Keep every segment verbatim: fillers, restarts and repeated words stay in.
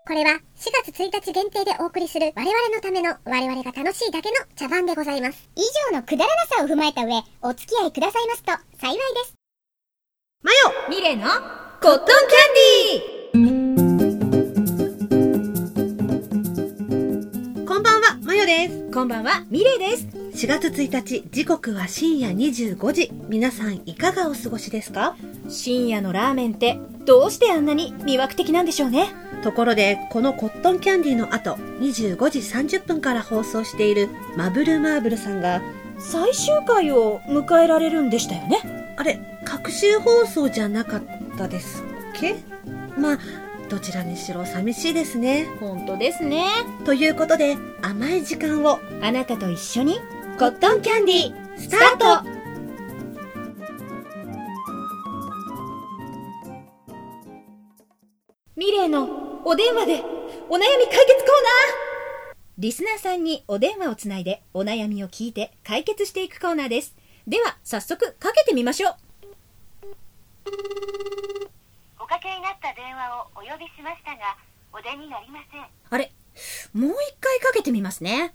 これはしがつついたち限定でお送りする我々のための我々が楽しいだけの茶番でございます。以上のくだらなさを踏まえた上、お付き合いくださいますと幸いです。 マヨミレイのコットンキャンディー。こんばんは、マヨです。 こんばんは、ミレイです。 しがつついたち、時刻は深夜にじゅうごじ。皆さんいかがお過ごしですか？ 深夜のラーメンってどうしてあんなに魅惑的なんでしょうね。 ところで、このコットンキャンディーの後、にじゅうごじさんじゅっぷんから放送しているマブルマーブルさんが最終回を迎えられるんでしたよね。 あれ、隔週放送じゃなかったですっけ？まあどちらにしろ寂しいですね。 本当ですね。 ということで、甘い時間をあなたと一緒にコットンキャンディースタート。ミレイのお電話でお悩み解決コーナー。リスナーさんにお電話をつないでお悩みを聞いて解決していくコーナーです。では早速かけてみましょう。 おかけになった電話をお呼びしましたがお出になりません。 あれ、もう一回かけてみますね。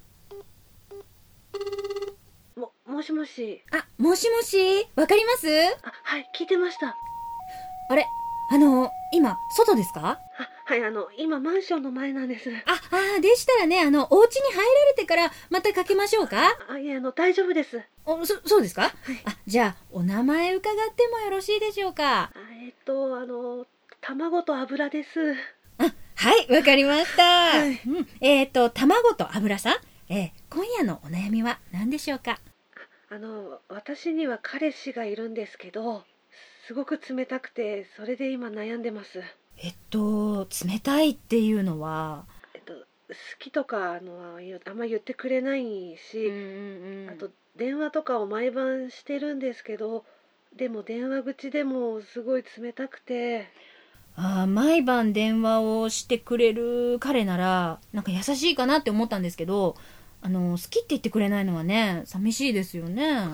も、もしもし。 あ、もしもし、わかります？ あ、はい、聞いてました。 あれ、あの、今、外ですか？ あ、はい、あの、今、マンションの前なんです。 あ、あ、でしたらね、あの、お家に入られてから、またかけましょうか？ あ、いえ、あの、大丈夫です。 お、そ、そうですか？はい。 あ、 じゃあ、お名前伺ってもよろしいでしょうか？ あ、えっと、あの、卵と油です。 あ、はい、わかりました。 はい、 うん、えっと、卵と油さん、えー、今夜のお悩みは何でしょうか？ あの、私には彼氏がいるんですけど、すごく冷たくて、それで今悩んでます。 えっと、冷たいっていうのは、 えっと、好きとかあのあんま言ってくれないし、 うんうんうん、 あと電話とかを毎晩してるんですけど、でも電話口でもすごい冷たくて。 あ、毎晩電話をしてくれる彼ならなんか優しいかなって思ったんですけど、あの好きって言ってくれないのはね、寂しいですよね。 はい。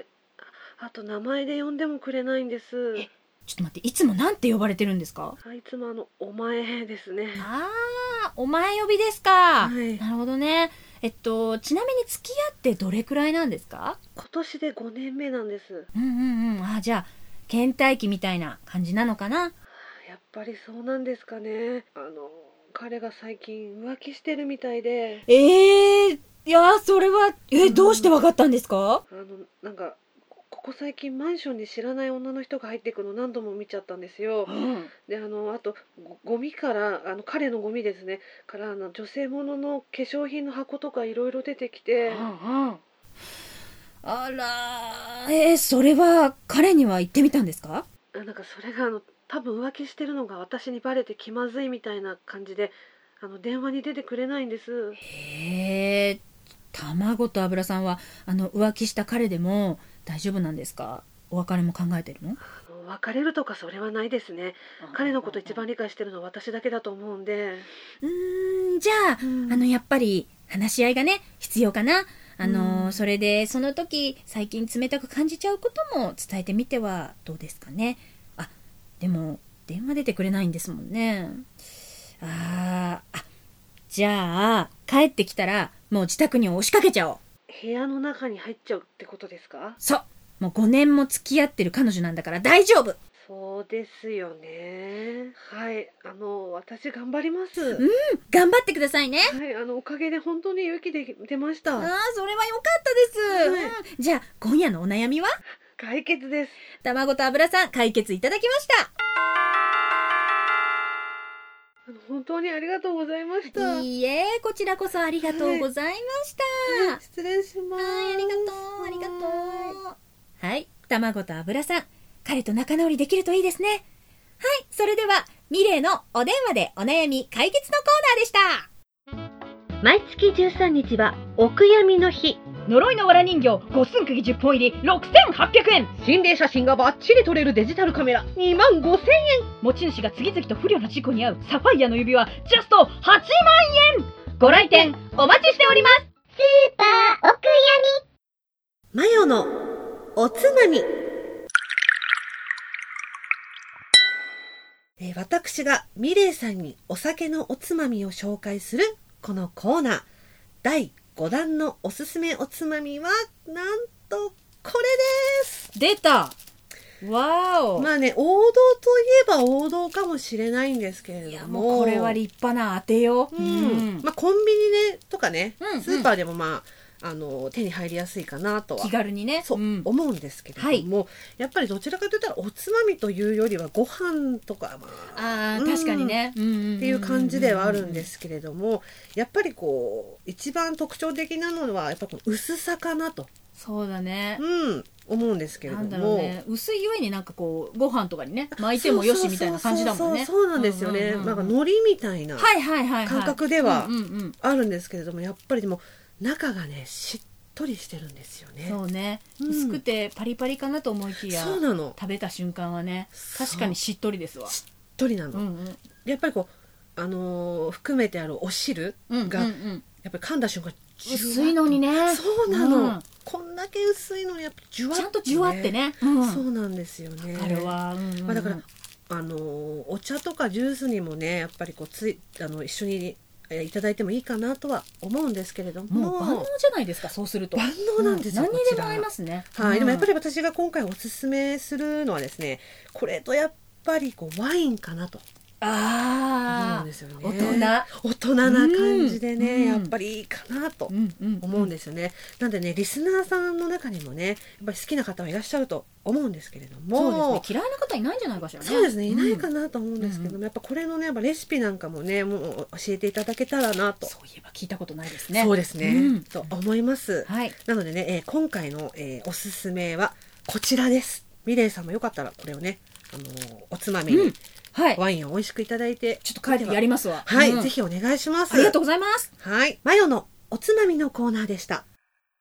あと名前で呼んでもくれないんです。 え、ちょっと待って、いつもなんて呼ばれてるんですか？ あいつもあのお前ですね。 ああ、お前呼びですか。 はい、 なるほどね。えっとちなみに付き合ってどれくらいなんですか？ 今年でごねんめなんです。 うんうんうん。あ、じゃあ倦怠期みたいな感じなのかな。 やっぱりそうなんですかね。あの彼が最近浮気してるみたいで。 えー、いやそれはえ、どうしてわかったんですか？ あのなんかここ最近マンションに知らない女の人が入っていくの何度も見ちゃったんですよ。 うん、 で、あのあとゴミからあの彼のゴミですねからあの女性ものの化粧品の箱とかいろいろ出てきて。 うんうん、あら、えー、それは彼には言ってみたんですか？ あ、なんかそれがあの多分浮気してるのが私にバレて気まずいみたいな感じで、あの電話に出てくれないんです。 へえ、卵と油さんはあの浮気した彼でも大丈夫なんですか？お別れも考えてるの？ あの別れるとかそれはないですね。彼のこと一番理解してるのは私だけだと思うんで。 うーん、じゃあ、うん、あのやっぱり話し合いがね必要かな。あの、うん、それでその時最近冷たく感じちゃうことも伝えてみてはどうですかね。あ、でも電話出てくれないんですもんね。あー、あ、じゃあ帰ってきたらもう自宅に押しかけちゃおう。 部屋の中に入っちゃうってことですか？ そう、もうごねんも付き合ってる彼女なんだから大丈夫。 そうですよね。はい、あの私頑張ります。 うん、頑張ってくださいね。 はい、あのおかげで本当に勇気で出ました。 ああ、それは良かったです、はい、うん、じゃあ今夜のお悩みは？ 解決です。 卵と油さん解決いただきました。 あの本当にありがとうございました。 いいえ、こちらこそありがとうございました、 はい、失礼します。 はい、ありがとうありがとう。はい、卵と油さん、彼と仲直りできるといいですね。はい、それではミレイのお電話でお悩み解決のコーナーでした。 毎月じゅうさんにちはお悔やみの日。 呪いの藁人形五寸釘じゅっぽん入りろくせんはっぴゃくえん。 心霊写真がバッチリ撮れるデジタルカメラにまんごせんえん。 持ち主が次々と不慮な事故に遭うサファイアの指輪ジャストはちまんえん。ご来店お待ちしております。 スーパーお悔やみマヨのおつまみ。 えー私がミレイさんにお酒のおつまみを紹介するこのコーナー、だいごだんのおすすめおつまみはなんとこれです。 出た。わーお。 まあね、王道といえば王道かもしれないんですけれども、 いやもうこれは立派な当てよ。 うんうんまあ、コンビニねとかね、 うんうんスーパーでもまああの手に入りやすいかなとは気軽にね。 そう、 ん思うんですけれども、やっぱりどちらかといったらおつまみというよりはご飯とか、まあ、 あーうん確かにね。ってっていう感じではあるんですけれども、やっぱりこう一番特徴的なのはやっぱこの薄さかなと、 そうだね。 うん、思うんですけれども、 なんだろうね、薄いゆえになんかこうご飯とかにね巻いてもよしみたいな感じだもんね。 そうそうそうそうなんですよね、 うんうんうんなんか海苔みたいなはいはいはいはい。 感覚ではうんうんうんあるんですけれども、やっぱりでも中がねしっとりしてるんですよね。 そうね、 うん薄くてパリパリかなと思いきや、 そうなの、 食べた瞬間はねそう確かにしっとりですわ。 しっとりなの、 うんうんやっぱりこうあのー含めてあるお汁うんが、 うんうんやっぱり噛んだ瞬間ジュワッと薄いのにね。 そうなの、 うんこんだけ薄いのにやっぱジュワッちゃんとじゅわってね。うんそうなんですよね。 あれは、うんうんうんまあ、だからあのーお茶とかジュースにもねやっぱりこうついあの一緒にえーいただいてもいいかなとは思うんですけれども、 もう万能じゃないですか、そうすると。 万能なんですよ、 うん何にこちらでも合いますね。 はい、 うんでもやっぱり私が今回おすすめするのはですね、これとやっぱりこうワインかなと思うんあですよね。 大人大人な感じでね、 うんやっぱりいいかなとうんうん思うんですよね。なんでね、リスナーさんの中にもねやっぱり好きな方はいらっしゃると思うんですけれども、 そうですね、嫌いな方いないんじゃないかしらね。 そうですね、いないかうんなと思うんですけども、 うんやっぱこれのねやっぱレシピなんかもねもう教えていただけたらなと。 そういえば聞いたことないですね。 そうですね、 うんと思います。 はい。 なのでね、えー今回の、えーおすすめはこちらです。ミレイさんもよかったらこれをね、あのーおつまみにうんはい。 ワインを美味しくいただいて、 ちょっと帰ってやりますわ。 はい、 うんぜひお願いします。 ありがとうございます。 はい、マヨのおつまみのコーナーでした。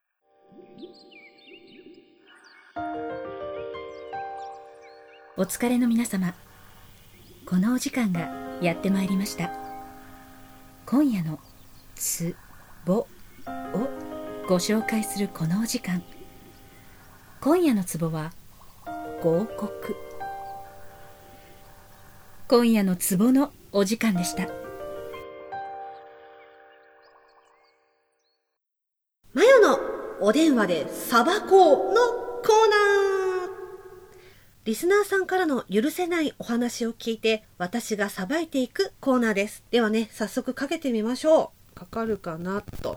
お疲れの皆様、このお時間がやってまいりました。今夜のつぼをご紹介するこのお時間、今夜のつぼは合谷。今夜のつぼのお時間でした。 マヨのお電話でサバコーのコーナー。リスナーさんからの許せないお話を聞いて私がさばいていくコーナーです。ではね、早速かけてみましょう。かかるかなと。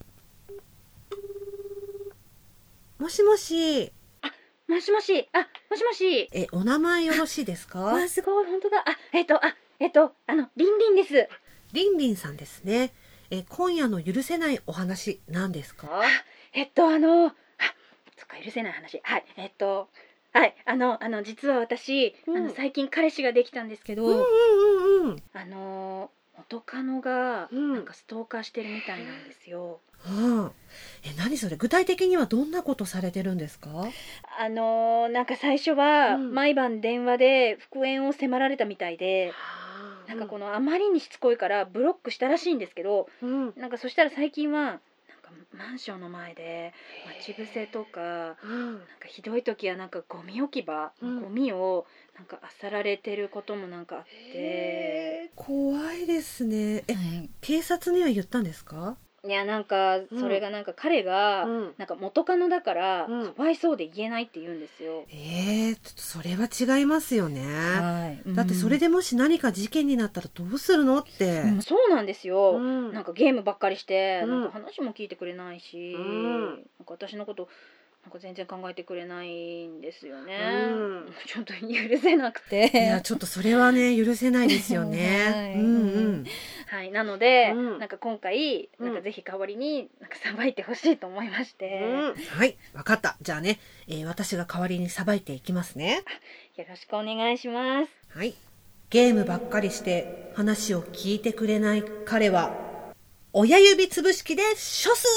もしもし、 もしもし、あ、もしもし。 え、お名前よろしいですか？ わあ、すごい、本当だ。あ、えっと、あ、えっと、あの、りんりんです。 りんりんさんですね。え、今夜の許せないお話何ですか？ えっと、あの、あ、そっか、許せない話。はい、えっと、はい、あの、あの、実は私、 うんあの、最近彼氏ができたんですけど、 うんうんうんうん。 あの、元カノが、 うんなんかストーカーしてるみたいなんですよ。 はあ、え、何それ、具体的にはどんなことされてるんですか？ あの、なんか最初は、 うん毎晩電話で復縁を迫られたみたいで、なんかこの、あまりにしつこいからブロックしたらしいんですけど、 うん、 なんかそしたら最近はなんかマンションの前で待ち伏せとか、 うん、 なんかひどい時はなんかゴミ置き場、 うんゴミをなんか漁られてることもなんかあって、 へー怖いですね。え、 はい警察には言ったんですか？ いやなんかそれがなんか彼が、 うんなんか元カノだから、 うんかわいそうで言えないって言うんですよ。 えー、ちょっとそれは違いますよね。 はい。 だってそれでもし何か事件になったらどうするのって。 うんそうなんですよ、 うんなんかゲームばっかりして、 うんなんか話も聞いてくれないし、 うんなんか私のことなんか全然考えてくれないんですよね、 うんちょっと許せなくていや、ちょっとそれはね許せないですよね。 はいうんうん。 はい、なので、 うんなんか今回うんなんかぜひ代わりになんかさばいてほしいと思いまして、 うんはい、わかった。じゃあね、えー私が代わりにさばいていきますね。 よろしくお願いします。 はい。ゲームばっかりして話を聞いてくれない彼は親指つぶし器で処す。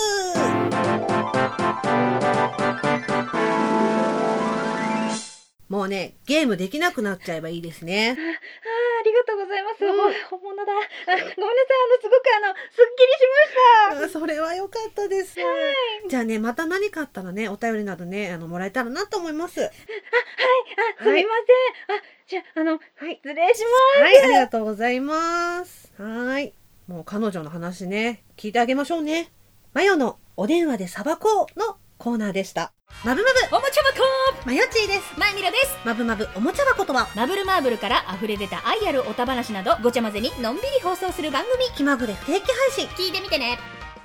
もうね、ゲームできなくなっちゃえばいいですね。 あーあありがとうございます。 うんほ本物だ。あ、ごめんなさい。あの、すごくあの、すっきりしました。 あそれは良かったです。じゃあね、また何かあったらね、お便りなどね、あの、もらえたらなと思います。 あ、すみません。あ、じゃあ、あの、 はい。 失礼します。 はい、ありがとうございます。はい。もう彼女の話ね、聞いてあげましょうね。マヨのお電話でさばこうのコーナーでした。まぶまぶおもちゃ箱マヨチーです。 まいみろです。 まぶまぶおもちゃ箱とは、 マブルマーブルから溢れ出た愛あるおた話などごちゃ混ぜにのんびり放送する番組。 気まぐれ不定期配信。 聞いてみてね。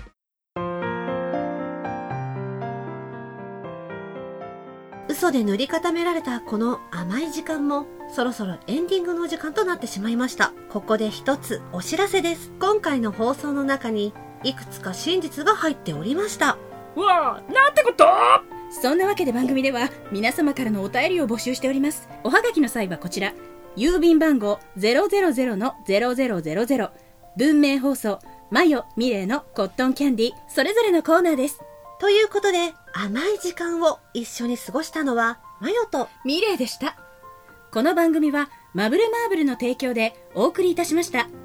嘘で塗り固められたこの甘い時間もそろそろエンディングのお時間となってしまいました。ここで一つお知らせです。今回の放送の中にいくつか真実が入っておりました。 うわあ、なんてこと。そんなわけで番組では皆様からのお便りを募集しております。おはがきの際はこちら、郵便番号 ゼロゼロゼロのゼロゼロゼロゼロ、 文明放送マヨミレーのコットンキャンディ、それぞれのコーナーです。 ということで、甘い時間を一緒に過ごしたのはマヨとミレーでした。この番組はマブルマーブルの提供でお送りいたしました。